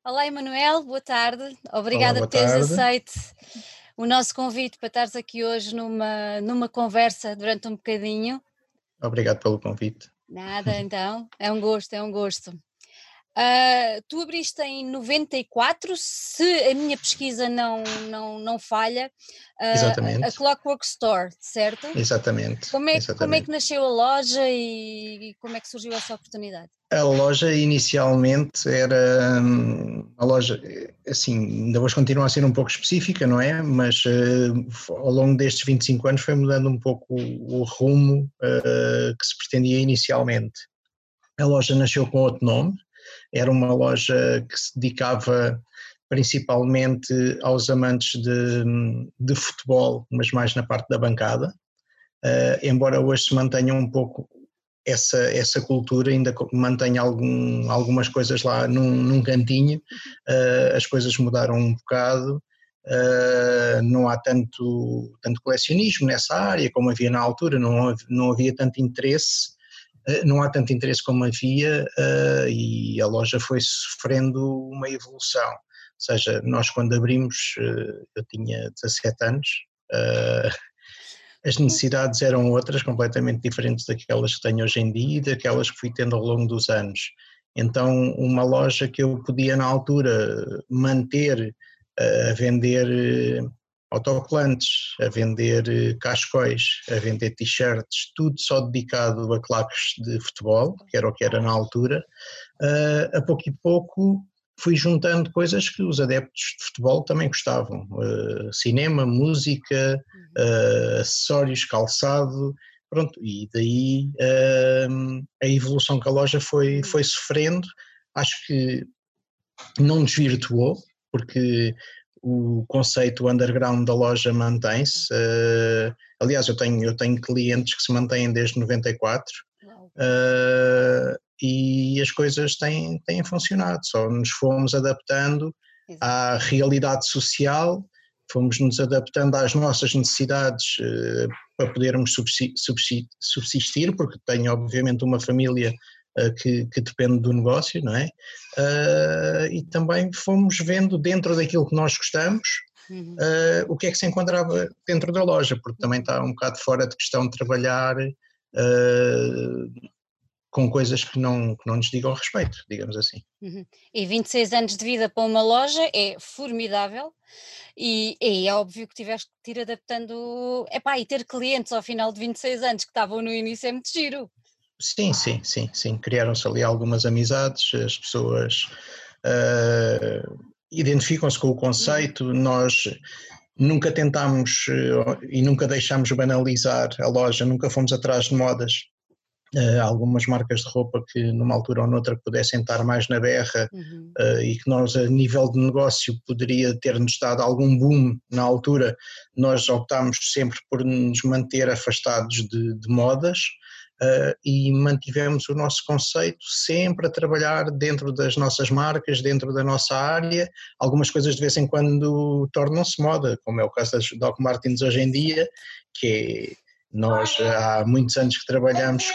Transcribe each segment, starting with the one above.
Olá, Emanuel, boa tarde. Olá, Obrigada por boa teres tarde. aceito o nosso convite para estares aqui hoje numa conversa durante um bocadinho. Obrigado pelo convite. Nada, então, é um gosto, é um gosto. Tu abriste em 94, se a minha pesquisa não falha, a Exatamente, Clockwork Store, certo? exatamente, Como é que exatamente. nasceu a loja e como é que surgiu essa oportunidade? A loja inicialmente era a loja, assim, ainda hoje continua a ser um pouco específica, não é? Mas ao longo destes 25 anos foi mudando um pouco o rumo que se pretendia inicialmente. A loja nasceu com outro nome, era uma loja que se dedicava principalmente aos amantes de futebol, mas mais na parte da bancada. Embora hoje se mantenha um pouco essa cultura, ainda mantenha algumas coisas lá num cantinho, as coisas mudaram um bocado, não há tanto colecionismo nessa área como havia na altura, não havia tanto interesse, não há tanto interesse como havia, e a loja foi sofrendo uma evolução. Ou seja, nós quando abrimos, eu tinha 17 anos, as necessidades eram outras, completamente diferentes daquelas que tenho hoje em dia e daquelas que fui tendo ao longo dos anos. Então, uma loja que eu podia na altura manter a vender autocolantes, a vender cascóis, a vender t-shirts, tudo só dedicado a claques de futebol, que era o que era na altura, a pouco e pouco fui juntando coisas que os adeptos de futebol também gostavam, cinema, música, acessórios, calçado, pronto, e daí a evolução que a loja foi sofrendo, acho que não desvirtuou, porque o conceito underground da loja mantém-se, aliás eu tenho clientes que se mantêm desde 94, e as coisas têm funcionado, só nos fomos adaptando à realidade social, fomos nos adaptando às nossas necessidades para podermos subsistir, porque tenho obviamente uma família que depende do negócio, não é? E também fomos vendo dentro daquilo que nós gostamos, o que é que se encontrava dentro da loja, porque também está um bocado fora de questão de trabalhar com coisas que não nos digam respeito, digamos assim. E 26 anos de vida para uma loja é formidável e é óbvio que tiveste que te ir adaptando, e ter clientes ao final de 26 anos que estavam no início é muito giro. Sim, criaram-se ali algumas amizades, as pessoas identificam-se com o conceito, nós nunca tentámos e nunca deixámos banalizar a loja, nunca fomos atrás de modas. Algumas marcas de roupa que numa altura ou noutra pudessem estar mais na berra, e que nós a nível de negócio poderia ter-nos dado algum boom na altura, nós optámos sempre por nos manter afastados de modas, e mantivemos o nosso conceito sempre a trabalhar dentro das nossas marcas, dentro da nossa área. Algumas coisas de vez em quando tornam-se moda, como é o caso das Doc Martens hoje em dia, que é, nós há muitos anos que trabalhamos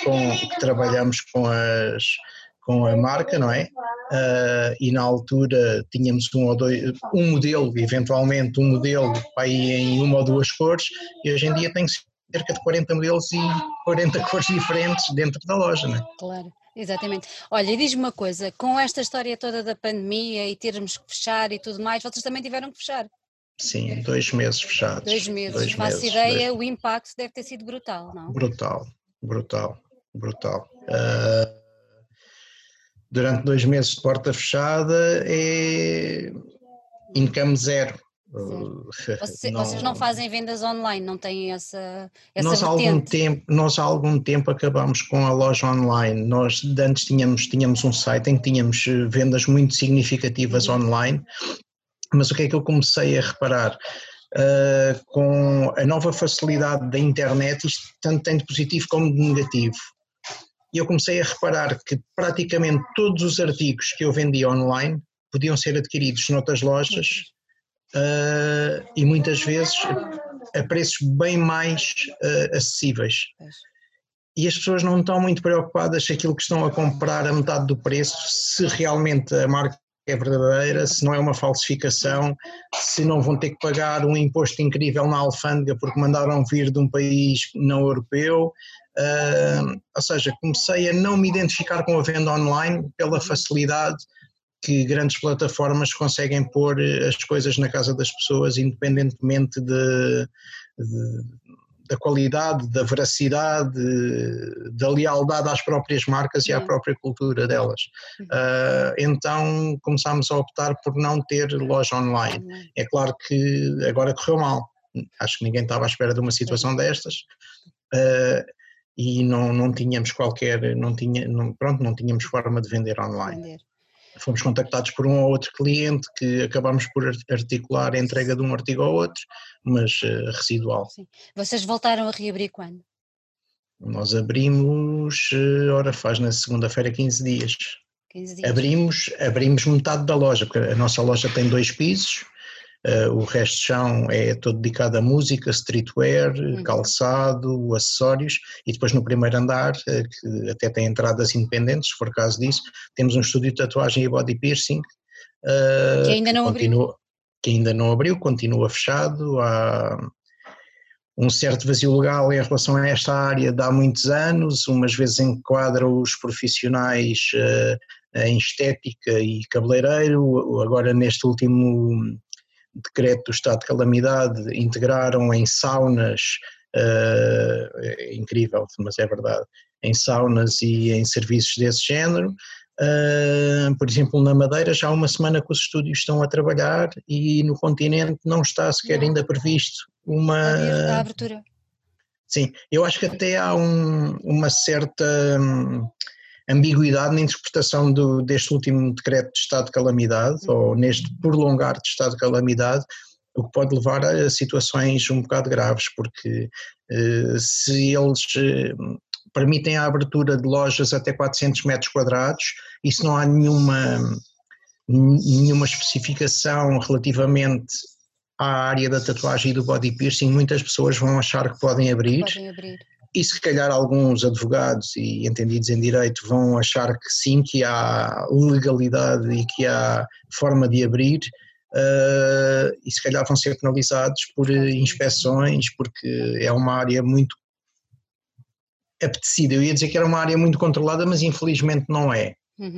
com a marca, não é? E na altura tínhamos um modelo, eventualmente um modelo aí em uma ou duas cores, e hoje em dia tem cerca de 40 modelos e 40 cores diferentes dentro da loja, não é? Claro, exatamente. Olha, e diz-me uma coisa, com esta história toda da pandemia e termos que fechar e tudo mais, vocês também tiveram que fechar? Sim, 2 meses fechados. 2 meses, 2 faço meses. ideia, o impacto deve ter sido brutal, não? Brutal, brutal, brutal. Durante 2 meses de porta fechada é income zero. Zero. Vocês não Não, fazem vendas online, não têm essa vertente? nós há algum tempo acabámos com a loja online. Nós antes tínhamos um site em que tínhamos vendas muito significativas online, mas o que é que eu comecei a reparar? Com a nova facilidade da internet, isto tanto tem de positivo como de negativo. E eu comecei a reparar que praticamente todos os artigos que eu vendia online podiam ser adquiridos noutras lojas, e muitas vezes a preços bem mais acessíveis. E as pessoas não estão muito preocupadas se aquilo que estão a comprar a metade do preço, se realmente a marca é verdadeira, se não é uma falsificação, se não vão ter que pagar um imposto incrível na alfândega porque mandaram vir de um país não europeu. Ou seja, comecei a não me identificar com a venda online pela facilidade que grandes plataformas conseguem pôr as coisas na casa das pessoas, independentemente da qualidade, da veracidade, da lealdade às próprias marcas e à própria cultura delas. Então começámos a optar por não ter loja online. É claro que agora correu mal, acho que ninguém estava à espera de uma situação destas, e não tínhamos não tínhamos forma de vender online. Fomos contactados por um ou outro cliente que acabámos por articular a entrega de um artigo ao outro, mas residual. Sim. Vocês voltaram a reabrir quando? Nós abrimos, faz na segunda-feira 15 dias. 15 dias. Abrimos metade da loja, porque a nossa loja tem 2 pisos, o resto de chão é todo dedicado a música, streetwear, calçado, acessórios, e depois no primeiro andar, que até tem entradas independentes, se for caso disso, temos um estúdio de tatuagem e body piercing, que ainda não abriu. Que ainda não abriu, continua fechado. Há um certo vazio legal em relação a esta área de há muitos anos, umas vezes enquadra os profissionais em estética e cabeleireiro, agora neste último decreto do estado de calamidade integraram em saunas, é incrível, mas é verdade, em saunas e em serviços desse género. Por exemplo, na Madeira já há uma semana que os estúdios estão a trabalhar e no continente não está sequer ainda previsto a abertura. Sim, eu acho que até há uma certa ambiguidade na interpretação deste último decreto de estado de calamidade, ou neste prolongar de estado de calamidade, o que pode levar a situações um bocado graves, porque se eles permitem a abertura de lojas até 400 metros quadrados, e se não há nenhuma especificação relativamente à área da tatuagem e do body piercing, muitas pessoas vão achar que podem abrir. E se calhar alguns advogados e entendidos em direito vão achar que sim, que há legalidade e que há forma de abrir, e se calhar vão ser penalizados por inspeções, porque é uma área muito apetecida. Eu ia dizer que era uma área muito controlada, mas infelizmente não é.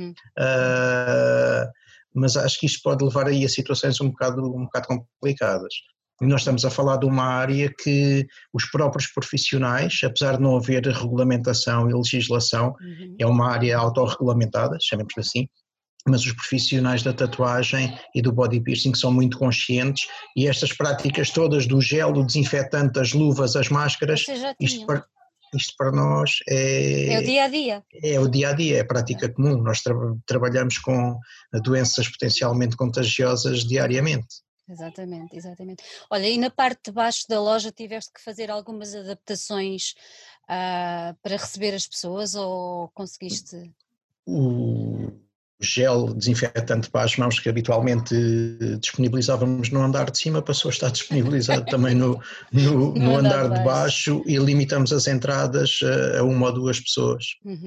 Mas acho que isto pode levar aí a situações um bocado complicadas. Nós estamos a falar de uma área que os próprios profissionais, apesar de não haver regulamentação e legislação, é uma área autorregulamentada, chamemos assim, mas os profissionais da tatuagem e do body piercing são muito conscientes, e estas práticas todas do gel, do desinfetante, as luvas, as máscaras, isto para nós é o dia-a-dia. É o dia-a-dia, é a prática comum. Nós trabalhamos com doenças potencialmente contagiosas diariamente. Exatamente. Olha, e na parte de baixo da loja tiveste que fazer algumas adaptações para receber as pessoas, ou conseguiste? O gel desinfetante para as mãos que habitualmente disponibilizávamos no andar de cima passou a estar disponibilizado também no andar de baixo, e limitamos as entradas a 1 ou 2 pessoas.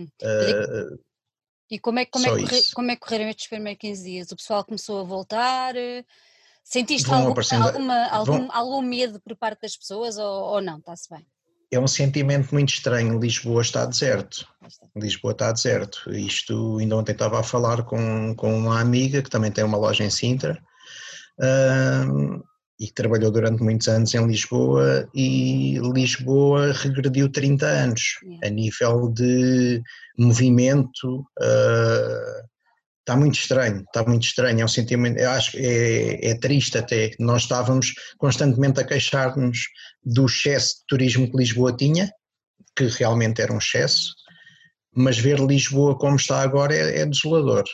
E como é que correram estes primeiros 15 dias? O pessoal começou a voltar? Sentiste algum medo por parte das pessoas, ou não? Está-se bem? É um sentimento muito estranho. Lisboa está deserto. Isto, ainda ontem estava a falar com uma amiga que também tem uma loja em Sintra, e que trabalhou durante muitos anos em Lisboa, e Lisboa regrediu 30 anos a nível de movimento. Está muito estranho, é um sentimento, eu acho que é triste até. Nós estávamos constantemente a queixar-nos do excesso de turismo que Lisboa tinha, que realmente era um excesso, mas ver Lisboa como está agora é desolador,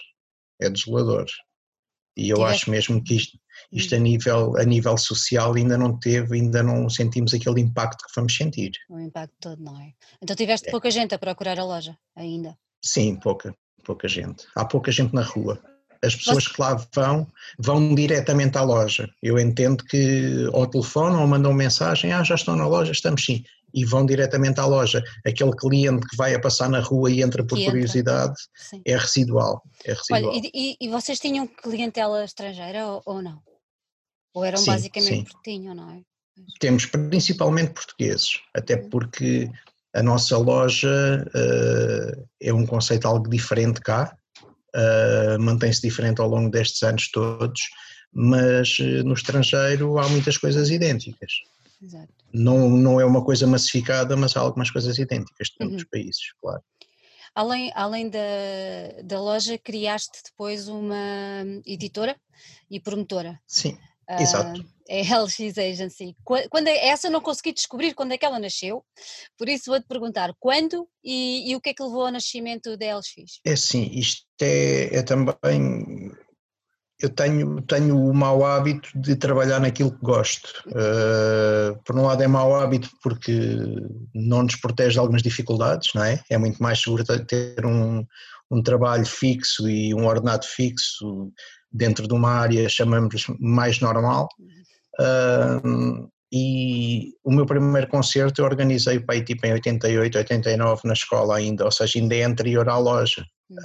e eu acho mesmo que isto a nível social ainda não sentimos aquele impacto que vamos sentir. O impacto todo, não é? Então tiveste pouca gente a procurar a loja ainda? Sim, pouca gente. Há pouca gente na rua. As pessoas que lá vão diretamente à loja. Eu entendo que ou telefonam ou mandam mensagem, já estão na loja, estamos sim. e vão diretamente à loja. Aquele cliente que vai a passar na rua e entra por Que entra. curiosidade Sim. é residual. Olha, e vocês tinham clientela estrangeira ou não? Ou eram Sim, basicamente sim. porque tinham, não é? Temos principalmente portugueses, até Uhum. porque a nossa loja é um conceito algo diferente cá, mantém-se diferente ao longo destes anos todos, mas no estrangeiro há muitas coisas idênticas. Exato. Não é uma coisa massificada, mas há algumas coisas idênticas de tantos Uhum. países, claro. Além da loja, criaste depois uma editora e promotora. Sim, Ah, exato. é a LX Agency. Quando essa eu não consegui descobrir quando é que ela nasceu, por isso vou-te perguntar quando e o que é que levou ao nascimento da LX? É assim, isto é também. Eu tenho o mau hábito de trabalhar naquilo que gosto. Por um lado é mau hábito porque não nos protege de algumas dificuldades, não é? É muito mais seguro ter um trabalho fixo e um ordenado fixo dentro de uma área, chamamos mais normal. E o meu primeiro concerto eu organizei para aí tipo em 88, 89 na escola ainda, ou seja, ainda é anterior à loja.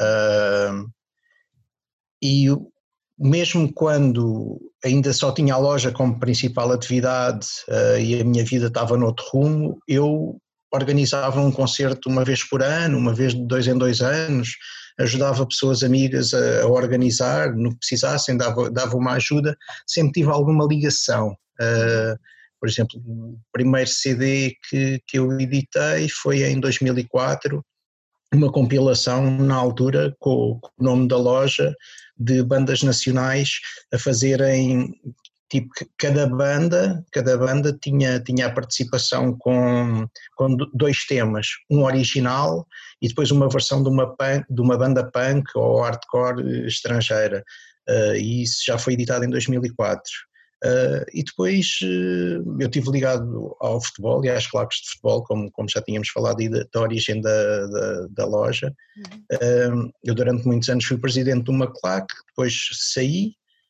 E mesmo quando ainda só tinha a loja como principal atividade e a minha vida estava noutro rumo, eu organizava um concerto uma vez por ano, uma vez de 2 em 2 anos, ajudava pessoas amigas a organizar, no que precisassem, dava uma ajuda, sempre tive alguma ligação. Por exemplo, o primeiro CD que eu editei foi em 2004, uma compilação na altura com o nome da loja de bandas nacionais a fazerem, tipo, cada banda tinha a participação com 2 temas, um original e depois uma versão de uma banda punk ou hardcore estrangeira, e isso já foi editado em 2004. E depois eu estive ligado ao futebol e às claques de futebol, como já tínhamos falado aí da origem da loja. Eu durante muitos anos fui presidente de uma claque, depois saí,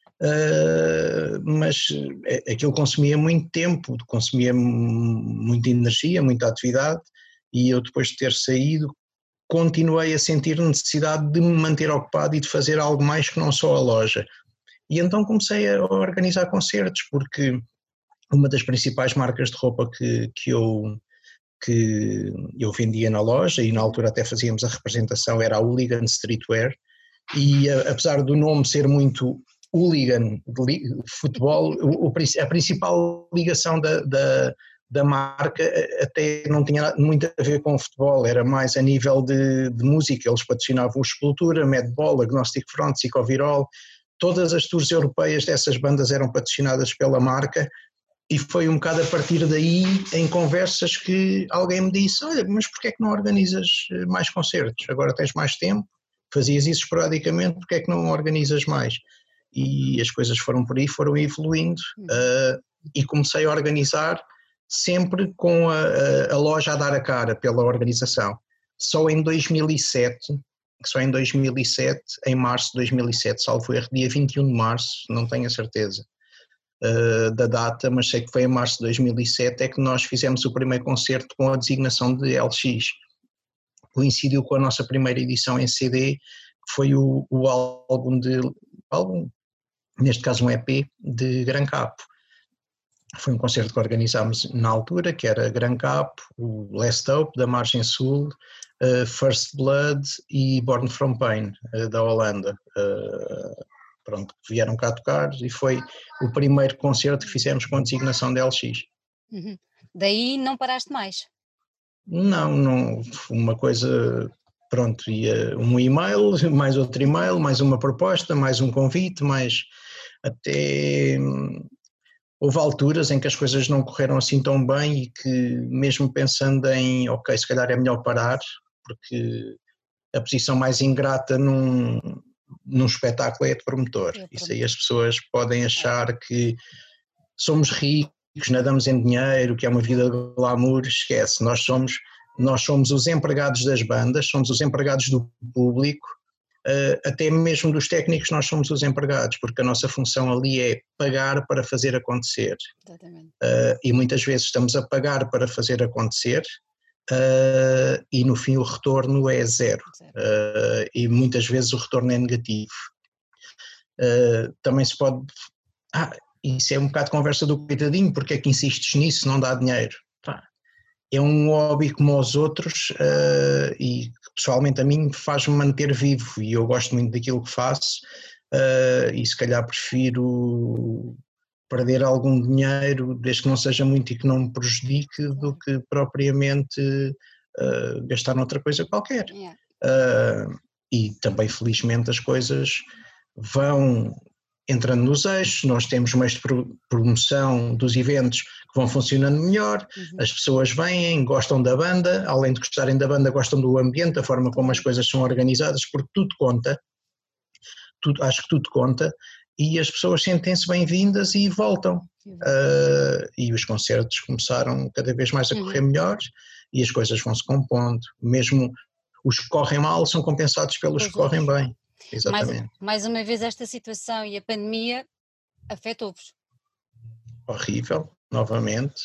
mas aquilo consumia muito tempo, consumia muita energia, muita atividade, e eu depois de ter saído continuei a sentir necessidade de me manter ocupado e de fazer algo mais que não só a loja. E então comecei a organizar concertos, porque uma das principais marcas de roupa que eu vendia na loja, e na altura até fazíamos a representação, era a Hooligan Streetwear, e apesar do nome ser muito hooligan, futebol, a principal ligação da marca até não tinha muito a ver com o futebol, era mais a nível de música. Eles patrocinavam o Sepultura, Madball, Agnostic Front, Psicovirol, todas as tours europeias dessas bandas eram patrocinadas pela marca, e foi um bocado a partir daí, em conversas, que alguém me disse: olha, mas porquê é que não organizas mais concertos? Agora tens mais tempo, fazias isso esporadicamente, porquê é que não organizas mais? E as coisas foram por aí, foram evoluindo, e comecei a organizar sempre com a loja a dar a cara pela organização. Só em 2007, em março de 2007, salvo erro, dia 21 de março, não tenho a certeza da data, mas sei que foi em março de 2007 é que nós fizemos o primeiro concerto com a designação de LX. Coincidiu com a nossa primeira edição em CD, que foi o álbum, neste caso um EP, de Gran Capo. Foi um concerto que organizámos na altura, que era Gran Capo, o Last Hope, da Margem Sul, First Blood e Born From Pain, da Holanda. Pronto, vieram cá tocar e foi o primeiro concerto que fizemos com a designação de LX. Daí não paraste mais? Não, uma coisa, pronto, ia um e-mail, mais outro e-mail, mais uma proposta, mais um convite, mais até houve alturas em que as coisas não correram assim tão bem e que mesmo pensando em, ok, se calhar é melhor parar, porque a posição mais ingrata num espetáculo é de promotor. Isso aí as pessoas podem achar que somos ricos, nadamos em dinheiro, que é uma vida de glamour. Esquece, nós somos os empregados das bandas, somos os empregados do público, até mesmo dos técnicos nós somos os empregados, porque a nossa função ali é pagar para fazer acontecer. Exatamente. E muitas vezes estamos a pagar para fazer acontecer e no fim o retorno é zero. E muitas vezes o retorno é negativo. Também se pode... isso é um bocado de conversa do coitadinho, porque é que insistes nisso, não dá dinheiro? É um hobby como os outros e pessoalmente a mim faz-me manter vivo e eu gosto muito daquilo que faço e se calhar prefiro perder algum dinheiro, desde que não seja muito e que não me prejudique, do que propriamente gastar noutra coisa qualquer. E também felizmente as coisas vão entrando nos eixos, nós temos meios de promoção dos eventos que vão funcionando melhor, as pessoas vêm, gostam da banda, além de gostarem da banda, gostam do ambiente, da forma como as coisas são organizadas, porque tudo conta, acho que tudo conta, e as pessoas sentem-se bem-vindas e voltam. E os concertos começaram cada vez mais a correr melhor e as coisas vão se compondo, mesmo os que correm mal são compensados pelos que correm bem. Exatamente. Mais uma vez esta situação e a pandemia afetou-vos. Horrível, novamente.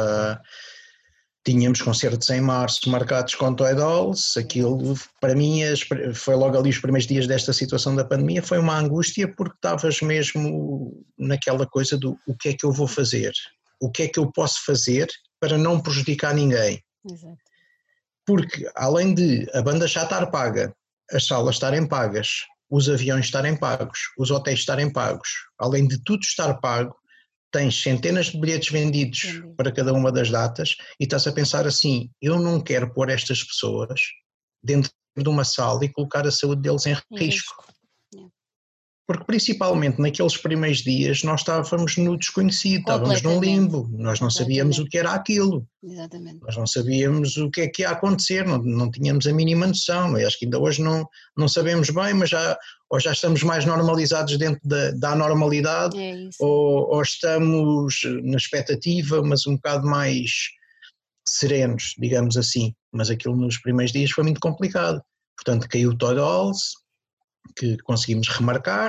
Tínhamos concertos em março marcados com Toy Dolls, aquilo para mim foi logo ali os primeiros dias desta situação da pandemia, foi uma angústia porque estavas mesmo naquela coisa do o que é que eu vou fazer, o que é que eu posso fazer para não prejudicar ninguém. Exato. Porque além de a banda já estar paga, as salas estarem pagas, os aviões estarem pagos, os hotéis estarem pagos, além de tudo estar pago, tens centenas de bilhetes vendidos para cada uma das datas e estás a pensar assim, eu não quero pôr estas pessoas dentro de uma sala e colocar a saúde deles em risco. Porque principalmente naqueles primeiros dias nós estávamos no desconhecido, estávamos num limbo, nós não sabíamos o que era aquilo. Exatamente. Nós não sabíamos o que é que ia acontecer, não tínhamos a mínima noção, eu acho que ainda hoje não sabemos bem, mas já estamos mais normalizados dentro da anormalidade, ou estamos na expectativa, mas um bocado mais serenos, digamos assim, mas aquilo nos primeiros dias foi muito complicado, portanto caiu o Toy Dolls, que conseguimos remarcar.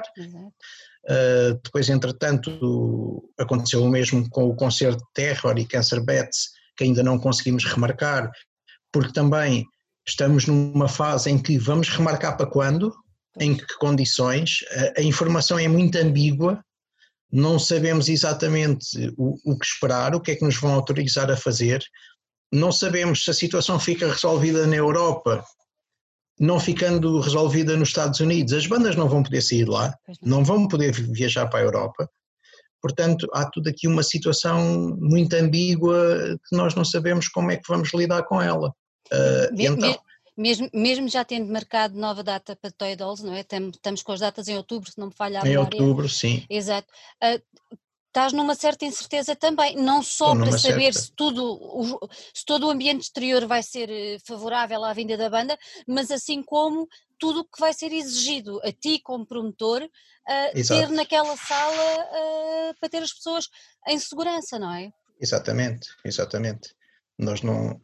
Depois entretanto aconteceu o mesmo com o concerto de Terror e Cancer Bats, que ainda não conseguimos remarcar, porque também estamos numa fase em que vamos remarcar para quando, em que condições, a informação é muito ambígua, não sabemos exatamente o que esperar, o que é que nos vão autorizar a fazer, não sabemos se a situação fica resolvida na Europa, não ficando resolvida nos Estados Unidos, as bandas não vão poder sair de lá, não vão poder viajar para a Europa, portanto há tudo aqui uma situação muito ambígua que nós não sabemos como é que vamos lidar com ela. Então, mesmo já tendo marcado nova data para Toy Dolls, não é? Estamos com as datas em outubro, se não me falha a memória. Em outubro, sim. Exato. Estás numa certa incerteza também, não só para saber se todo o ambiente exterior vai ser favorável à vinda da banda, mas assim como tudo o que vai ser exigido a ti como promotor, ter naquela sala para ter as pessoas em segurança, não é? Exatamente. Nós não...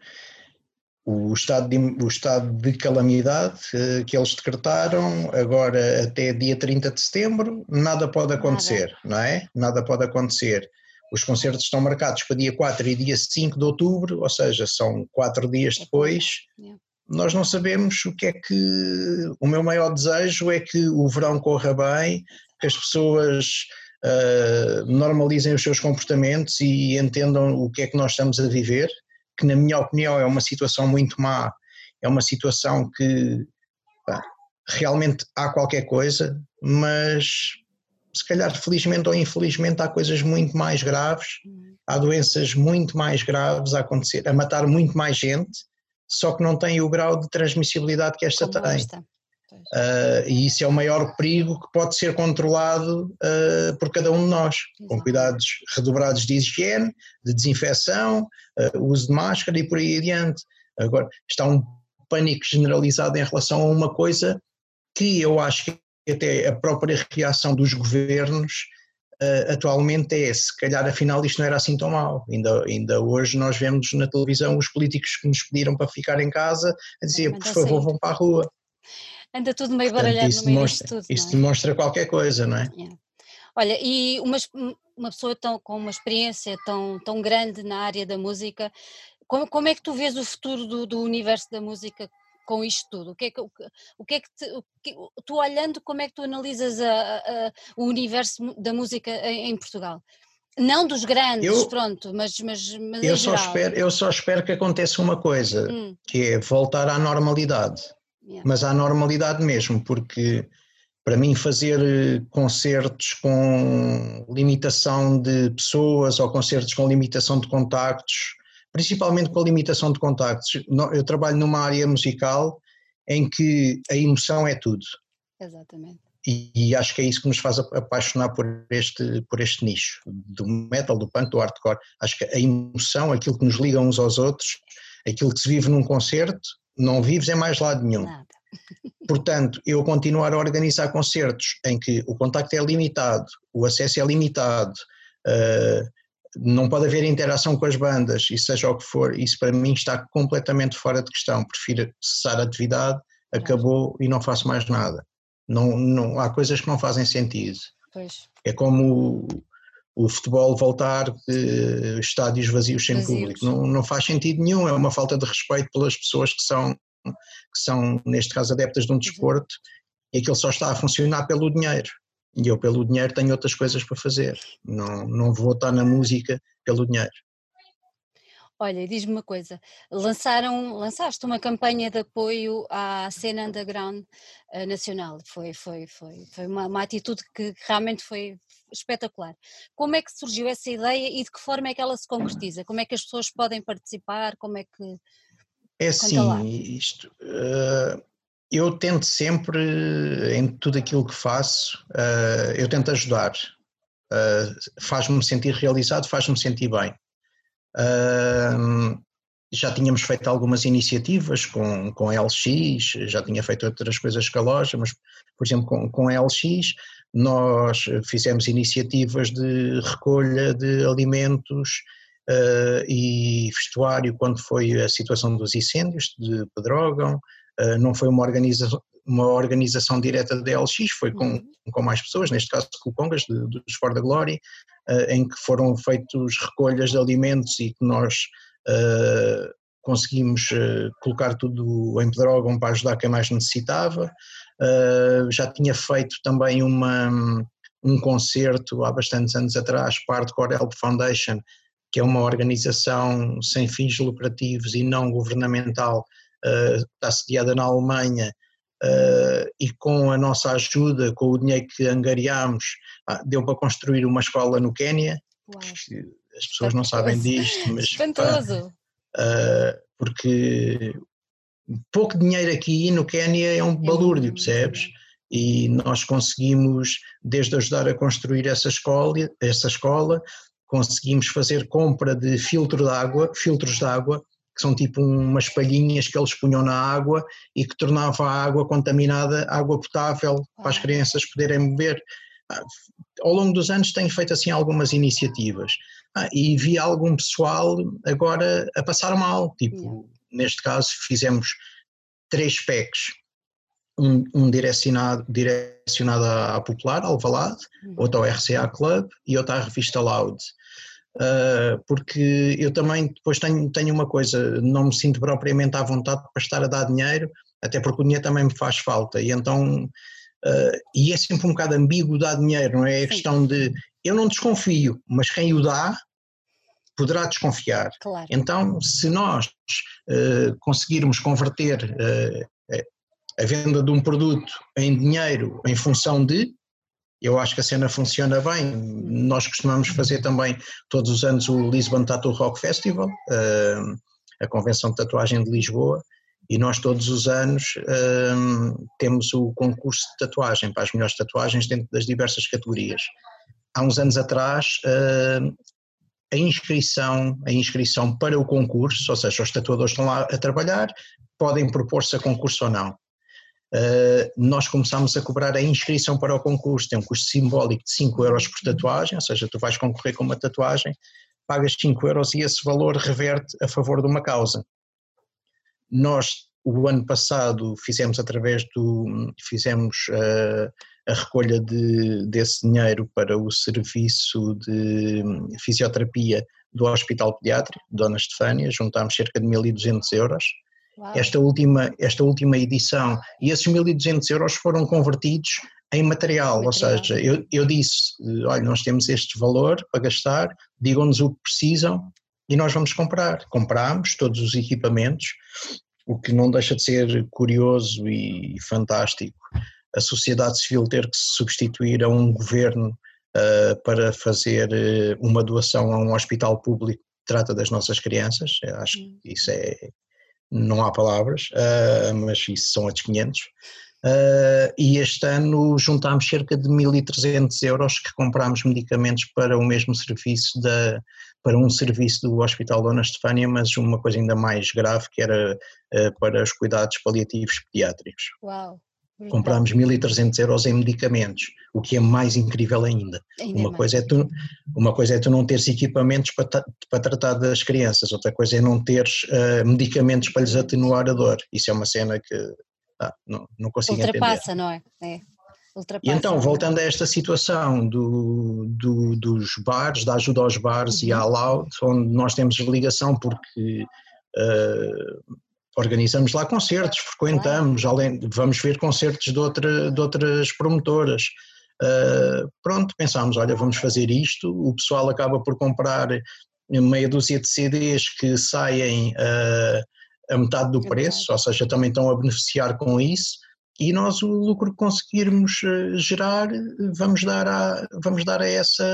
O estado de calamidade que eles decretaram agora até dia 30 de setembro, nada pode acontecer, não é? Nada pode acontecer. Os concertos estão marcados para dia 4 e dia 5 de outubro, ou seja, são 4 dias depois. Nós não sabemos o que é que... O meu maior desejo é que o verão corra bem, que as pessoas normalizem os seus comportamentos e entendam o que é que nós estamos a viver, que na minha opinião é uma situação muito má, é uma situação que realmente há qualquer coisa, mas se calhar felizmente ou infelizmente há coisas muito mais graves, há doenças muito mais graves a acontecer, a matar muito mais gente, só que não tem o grau de transmissibilidade que esta tem. E isso é o maior perigo que pode ser controlado por cada um de nós, com cuidados redobrados de higiene, de desinfecção, uso de máscara e por aí adiante. Agora, está um pânico generalizado em relação a uma coisa que eu acho que até a própria reação dos governos atualmente é, se calhar afinal isto não era assim tão mau. Ainda hoje nós vemos na televisão os políticos que nos pediram para ficar em casa a dizer, por favor, vão para a rua. Anda tudo meio Portanto, baralhado no meio disto tudo, não isso é? demonstra qualquer coisa, não é? Yeah. Olha, e uma pessoa com uma experiência tão grande na área da música, como é que tu vês o futuro do universo da música com isto tudo? Tu olhando, como é que tu analisas o universo da música em Portugal? Não dos grandes, Eu, pronto, mas em geral. eu só espero que aconteça uma coisa, Hum, que é voltar à normalidade, yeah, mas à normalidade mesmo, porque para mim fazer concertos com limitação de pessoas ou concertos com limitação de contactos, principalmente com a limitação de contactos, eu trabalho numa área musical em que a emoção é tudo. exatamente. E acho que é isso que nos faz apaixonar por este nicho, do metal, do punk, do hardcore. Acho que a emoção, aquilo que nos liga uns aos outros, aquilo que se vive num concerto, não vives em mais lado nenhum. Nada. Portanto, eu continuar a organizar concertos em que o contacto é limitado, o acesso é limitado, não pode haver interação com as bandas, e seja o que for, isso para mim está completamente fora de questão. Prefiro cessar a atividade, Claro, acabou e não faço mais nada. Não, há coisas que não fazem sentido. pois, É como o futebol voltar, estádios vazios sem público. vazios. Não faz sentido nenhum, é uma falta de respeito pelas pessoas que são, neste caso, adeptas de um desporto, e aquilo só está a funcionar pelo dinheiro. E eu, pelo dinheiro, tenho outras coisas para fazer. Não vou estar na música pelo dinheiro. Olha, diz-me uma coisa, lançaste uma campanha de apoio à cena underground nacional, foi uma atitude que realmente foi espetacular. Como é que surgiu essa ideia e de que forma é que ela se concretiza? Como é que as pessoas podem participar? Como é que... É Conta assim, lá. eu tento sempre, em tudo aquilo que faço, eu tento ajudar. Faz-me sentir realizado, faz-me sentir bem. Já tínhamos feito algumas iniciativas com a LX, já tinha feito outras coisas com a loja, mas, por exemplo, com a LX, nós fizemos iniciativas de recolha de alimentos e vestuário quando foi a situação dos incêndios de Pedrógão. Não foi uma organização direta da LX, foi Uhum. com mais pessoas, neste caso com o Congas, dos For the Glory, em que foram feitos recolhas de alimentos e que nós conseguimos colocar tudo em Pedrógão para ajudar quem mais necessitava. Já tinha feito também um concerto há bastantes anos atrás para a Hardcore Help Foundation, que é uma organização sem fins lucrativos e não governamental, está sediada na Alemanha, e com a nossa ajuda, com o dinheiro que angariámos, deu para construir uma escola no Quénia. Uau, As pessoas não sabem disto, mas pá, espantoso. porque pouco dinheiro aqui no Quénia é um É balúrdio, muito percebes? dinheiro. E nós conseguimos, desde ajudar a construir essa escola, conseguimos fazer compra de filtros de água, que são tipo umas palhinhas que eles punham na água e que tornava a água contaminada água potável para as Uau. crianças poderem beber. Ao longo dos anos tenho feito assim algumas iniciativas, e vi algum pessoal agora a passar mal, Yeah. tipo, neste caso fizemos 3 packs, um direcionado à Popular, ao Alvalade, Uhum. outro ao RCA Club e outro à revista Loud. Porque eu também depois tenho uma coisa, não me sinto propriamente à vontade para estar a dar dinheiro, até porque o dinheiro também me faz falta, e então, e é sempre um bocado ambíguo dar dinheiro, não é? A Sim, questão de, eu não desconfio, mas quem o dá poderá desconfiar. claro. Então, se nós conseguirmos converter a venda de um produto em dinheiro em função de, eu acho que a cena funciona bem. Nós costumamos fazer também todos os anos o Lisbon Tattoo Rock Festival, a convenção de tatuagem de Lisboa, e nós todos os anos temos o concurso de tatuagem para as melhores tatuagens dentro das diversas categorias. Há uns anos atrás a inscrição para o concurso, ou seja, os tatuadores estão lá a trabalhar, podem propor-se a concurso ou não. Nós começámos a cobrar a inscrição para o concurso, tem um custo simbólico de 5 euros por tatuagem, ou seja, tu vais concorrer com uma tatuagem, pagas 5 euros e esse valor reverte a favor de uma causa. Nós o ano passado fizemos fizemos a recolha desse dinheiro para o serviço de fisioterapia do Hospital Pediátrico, Dona Estefânia, juntámos cerca de 1.200 euros. Uau. Esta última edição, e esses 1.200 euros foram convertidos em material, ou seja, eu disse, olha, nós temos este valor para gastar, digam-nos o que precisam e nós vamos comprar. Comprámos todos os equipamentos, o que não deixa de ser curioso e fantástico, a sociedade civil ter que se substituir a um governo para fazer uma doação a um hospital público que trata das nossas crianças. Eu acho que isso não há palavras, mas isso são outros 500. E este ano juntámos cerca de 1.300 euros que comprámos medicamentos para o mesmo serviço, para um serviço do Hospital Dona Estefânia, mas uma coisa ainda mais grave, que era para os cuidados paliativos pediátricos. Uau! Comprámos 1.300 euros em medicamentos, o que é mais incrível ainda. Uma coisa é tu não teres equipamentos para tratar das crianças, outra coisa é não teres medicamentos para lhes atenuar a dor. Isso é uma cena que não consigo ultrapassa, entender. Não é? Ultrapassa. E então, voltando a esta situação dos bares, da ajuda aos bares e à Loud, onde nós temos ligação porque organizamos lá concertos, frequentamos, vamos ver concertos de outras promotoras. Pronto, pensámos, olha, vamos fazer isto, o pessoal acaba por comprar meia dúzia de CDs que saem a metade do preço, ou seja, também estão a beneficiar com isso, e nós o lucro que conseguirmos gerar vamos dar a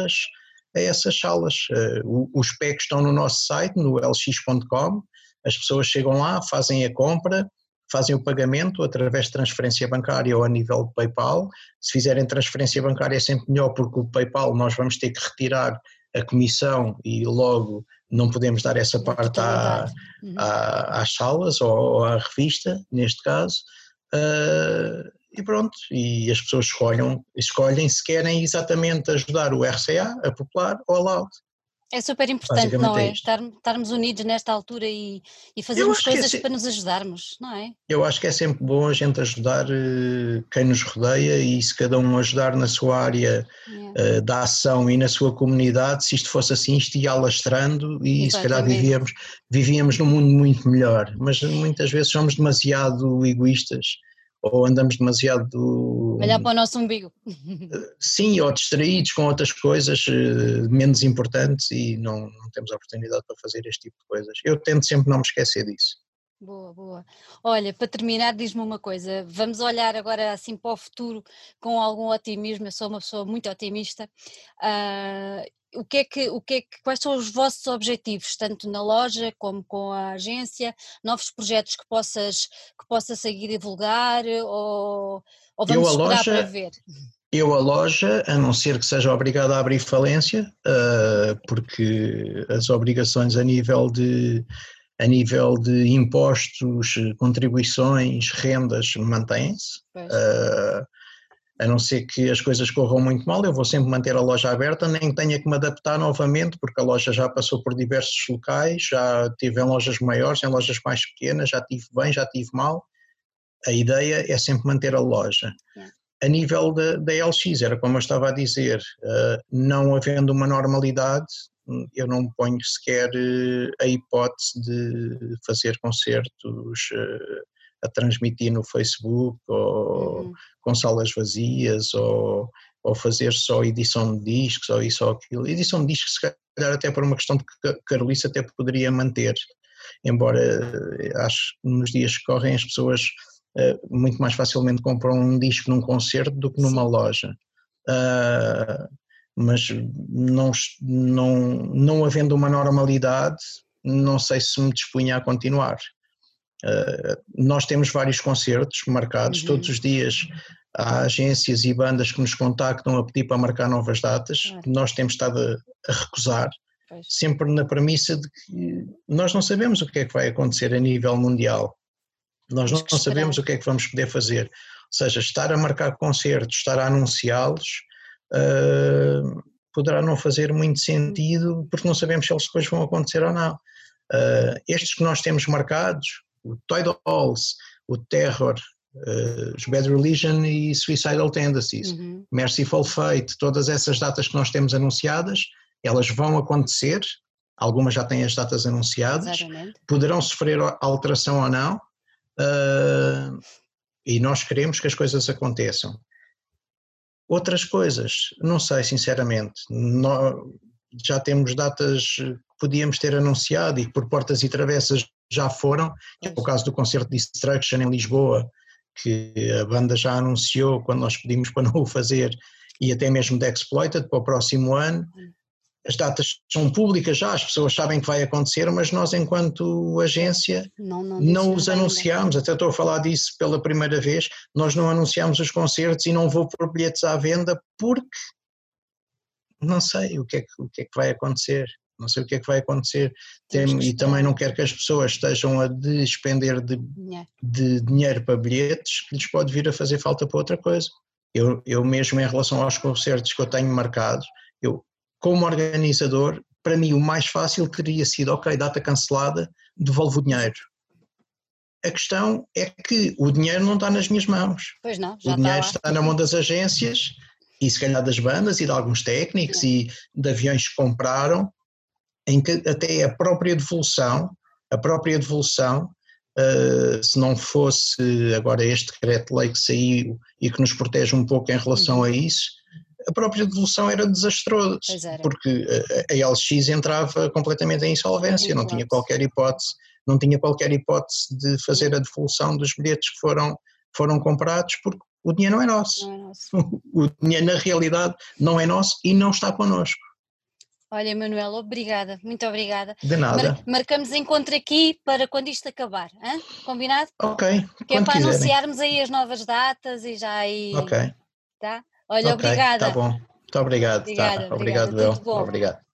essas salas. Os PECs estão no nosso site, no lx.com, as pessoas chegam lá, fazem a compra, fazem o pagamento através de transferência bancária ou a nível de PayPal. Se fizerem transferência bancária é sempre melhor, porque o PayPal nós vamos ter que retirar a comissão e logo não podemos dar essa parte às salas ou à revista, neste caso. E pronto, e as pessoas escolhem se querem exatamente ajudar o RCA, a Popular ou a Loud. É super importante, não é? Estarmos unidos nesta altura e fazermos coisas para nos ajudarmos, não é? Eu acho que é sempre bom a gente ajudar quem nos rodeia, e se cada um ajudar na sua área da ação e na sua comunidade, se isto fosse assim, isto ia alastrando e exatamente. Se calhar vivíamos num mundo muito melhor, mas muitas vezes somos demasiado egoístas ou andamos demasiado... Olhar para o nosso umbigo. Sim, ou distraídos com outras coisas menos importantes e não temos a oportunidade para fazer este tipo de coisas. Eu tento sempre não me esquecer disso. Boa. Olha, para terminar, diz-me uma coisa, vamos olhar agora assim para o futuro com algum otimismo. Eu sou uma pessoa muito otimista. Quais são os vossos objetivos, tanto na loja como com a agência? Novos projetos que possa seguir a divulgar ou vamos esperar para ver? A loja, a não ser que seja obrigado a abrir falência, porque as obrigações a nível de impostos, contribuições, rendas mantêm-se. A não ser que as coisas corram muito mal, eu vou sempre manter a loja aberta, nem tenha que me adaptar novamente, porque a loja já passou por diversos locais, já estive em lojas maiores, em lojas mais pequenas, já estive bem, já estive mal. A ideia é sempre manter a loja. A nível da LX, era como eu estava a dizer, não havendo uma normalidade, eu não ponho sequer a hipótese de fazer concertos a transmitir no Facebook ou com salas vazias ou fazer só edição de discos ou isso ou aquilo. Edição de discos, se calhar até por uma questão de que Carolice até poderia manter, embora acho que nos dias que correm as pessoas muito mais facilmente compram um disco num concerto do que numa loja. Mas não havendo uma normalidade, não sei se me dispunha a continuar. Nós temos vários concertos marcados, todos os dias há agências e bandas que nos contactam a pedir para marcar novas datas, que nós temos estado a recusar, sempre na premissa de que nós não sabemos o que é que vai acontecer a nível mundial, nós não sabemos o que é que vamos poder fazer, ou seja, estar a marcar concertos, estar a anunciá-los, poderá não fazer muito sentido, porque não sabemos se eles depois vão acontecer ou não. Estes que nós temos marcados, o Toy Dolls, o Terror, os Bad Religion e Suicidal Tendencies, Merciful Fate, todas essas datas que nós temos anunciadas, elas vão acontecer, algumas já têm as datas anunciadas, poderão sofrer alteração ou não, e nós queremos que as coisas aconteçam. Outras coisas, não sei sinceramente, já temos datas que podíamos ter anunciado e que por portas e travessas já foram, que é o caso do concerto de Destruction em Lisboa, que a banda já anunciou quando nós pedimos para não o fazer, e até mesmo de Exploited para o próximo ano. As datas são públicas já, as pessoas sabem que vai acontecer, mas nós enquanto agência não os anunciamos, até estou a falar disso pela primeira vez, nós não anunciamos os concertos e não vou pôr bilhetes à venda porque não sei o que é que vai acontecer, não sei o que é que vai acontecer e também não quero que as pessoas estejam a despender de dinheiro para bilhetes que lhes pode vir a fazer falta para outra coisa. Eu mesmo em relação aos concertos que eu tenho marcados, como organizador, para mim o mais fácil teria sido, ok, data cancelada, devolvo o dinheiro. A questão é que o dinheiro não está nas minhas mãos. Pois não, já o dinheiro está na mão das agências e se calhar das bandas e de alguns técnicos e de aviões que compraram, em que até a própria devolução, se não fosse agora este decreto-lei que saiu e que nos protege um pouco em relação a isso, a própria devolução era desastrosa, porque a LX entrava completamente em insolvência, não tinha qualquer hipótese de fazer a devolução dos bilhetes que foram comprados, porque o dinheiro não é nosso. O dinheiro na realidade não é nosso e não está connosco. Olha, Manuela, obrigada, muito obrigada. De nada. Marcamos encontro aqui para quando isto acabar, hein? Combinado? Ok, que é para quiserem. Anunciarmos aí as novas datas e já aí... Ok. Tá? Olha, obrigada. Tá bom. Muito obrigado. Obrigada, Obrigado, tudo bom. Obrigado.